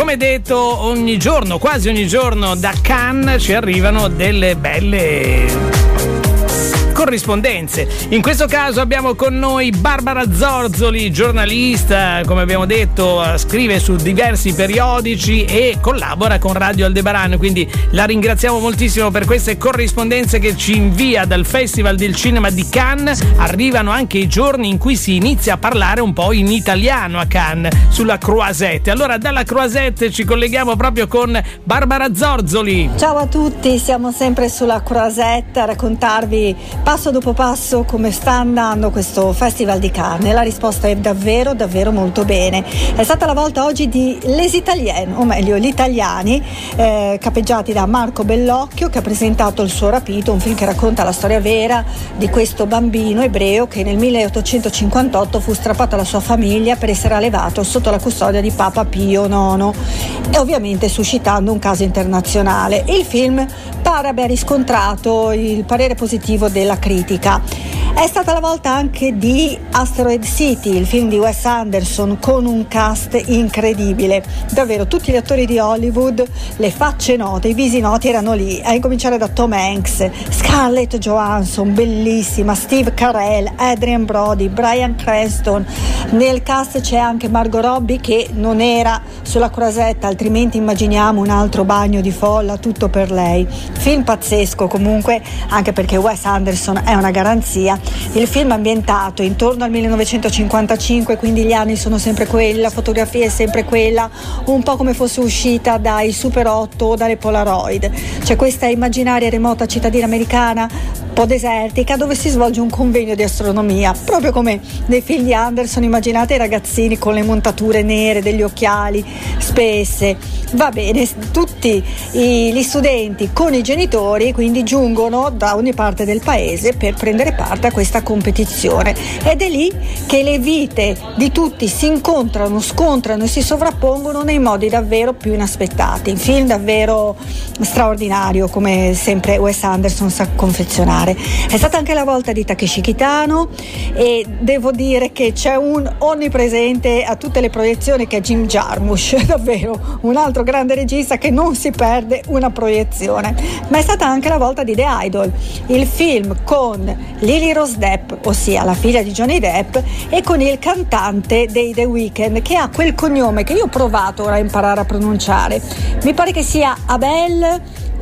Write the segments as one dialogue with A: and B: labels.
A: come detto, ogni giorno, quasi ogni giorno da Cannes ci arrivano delle belle corrispondenze. In questo caso abbiamo con noi Barbara Zorzoli, giornalista, come abbiamo detto, scrive su diversi periodici e collabora con Radio Aldebaran, quindi la ringraziamo moltissimo per queste corrispondenze che ci invia dal Festival del Cinema di Cannes. Arrivano anche i giorni in cui si inizia a parlare un po' in italiano a Cannes, sulla Croisette. Allora dalla Croisette ci colleghiamo proprio con Barbara Zorzoli.
B: Ciao a tutti, siamo sempre sulla Croisette a raccontarvi passo dopo passo come sta andando questo Festival di Cannes. La risposta è davvero molto bene. È stata la volta oggi di Les Italiens, o meglio gli italiani, capeggiati da Marco Bellocchio, che ha presentato Il suo rapito, un film che racconta la storia vera di questo bambino ebreo che nel 1858 fu strappato alla sua famiglia per essere allevato sotto la custodia di Papa Pio IX, e ovviamente suscitando un caso internazionale. Il film pare abbia riscontrato il parere positivo della critica. È stata la volta anche di Asteroid City, il film di Wes Anderson, con un cast incredibile. Davvero tutti gli attori di Hollywood, le facce note, i visi noti erano lì, a incominciare da Tom Hanks, Scarlett Johansson, bellissima, Steve Carell, Adrien Brody, Bryan Cranston. Nel cast c'è anche Margot Robbie, che non era sulla Croisette, altrimenti immaginiamo un altro bagno di folla, tutto per lei. Film pazzesco comunque, anche perché Wes Anderson è una garanzia. Il film è ambientato intorno al 1955, quindi gli anni sono sempre quelli, la fotografia è sempre quella, un po' come fosse uscita dai Super 8 o dalle Polaroid. C'è questa immaginaria remota cittadina americana, un po' desertica, dove si svolge un convegno di astronomia, proprio come nei film di Anderson. Immaginate i ragazzini con le montature nere, degli occhiali spesse. Va bene, tutti gli studenti con i genitori quindi giungono da ogni parte del paese per prendere parte a questa competizione, ed è lì che le vite di tutti si incontrano, scontrano e si sovrappongono nei modi davvero più inaspettati. Un film davvero straordinario, come sempre Wes Anderson sa confezionare. È stata anche la volta di Takeshi Kitano, e devo dire che c'è un onnipresente a tutte le proiezioni che è Jim Jarmusch, davvero un altro grande regista che non si perde una proiezione. Ma è stata anche la volta di The Idol, il film con Lily Rose Depp, ossia la figlia di Johnny Depp, e con il cantante dei The Weeknd, che ha quel cognome che io ho provato ora a imparare a pronunciare. Mi pare che sia Abel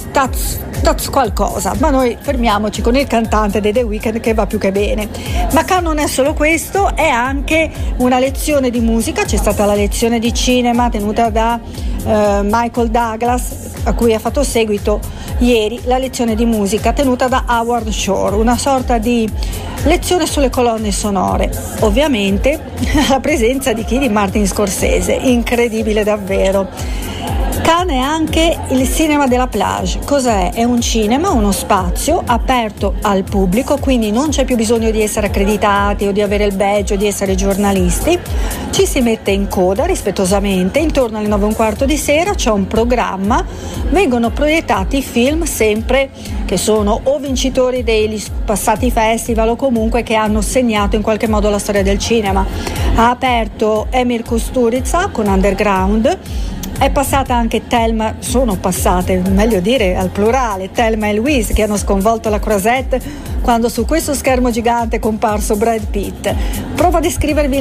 B: Taz qualcosa, ma noi fermiamoci con il cantante dei The Weeknd, che va più che bene. Ma Cannes non è solo questo, è anche una lezione di musica. C'è stata la lezione di cinema tenuta da Michael Douglas, a cui ha fatto seguito ieri la lezione di musica tenuta da Howard Shore, una sorta di lezione sulle colonne sonore, ovviamente alla presenza di chi? Di Martin Scorsese, incredibile davvero. Cannes è anche il cinema della plage. Cos'è? È un cinema, uno spazio aperto al pubblico, quindi non c'è più bisogno di essere accreditati o di avere il badge o di essere giornalisti. Ci si mette in coda rispettosamente, intorno alle 9:15 di sera c'è un programma, vengono proiettati film sempre che sono o vincitori dei passati festival o comunque che hanno segnato in qualche modo la storia del cinema. Ha aperto Emir Kusturica con Underground. È passata anche Thelma, sono passate, meglio dire al plurale, Thelma e Louise, che hanno sconvolto la Croisette quando su questo schermo gigante è comparso Brad Pitt. Provo a descrivervi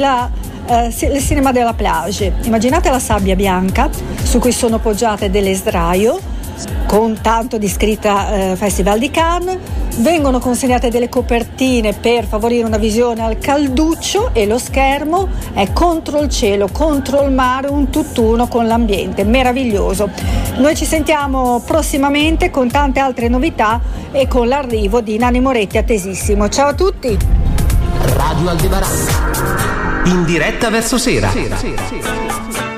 B: il cinema della plage. Immaginate la sabbia bianca su cui sono poggiate delle sdraio con tanto di scritta Festival di Cannes. Vengono consegnate delle copertine per favorire una visione al calduccio, e lo schermo è contro il cielo, contro il mare, un tutt'uno con l'ambiente, meraviglioso. Noi ci sentiamo prossimamente con tante altre novità e con l'arrivo di Nanni Moretti, attesissimo. Ciao a tutti.
C: Radio Aldebaran, in diretta verso sera.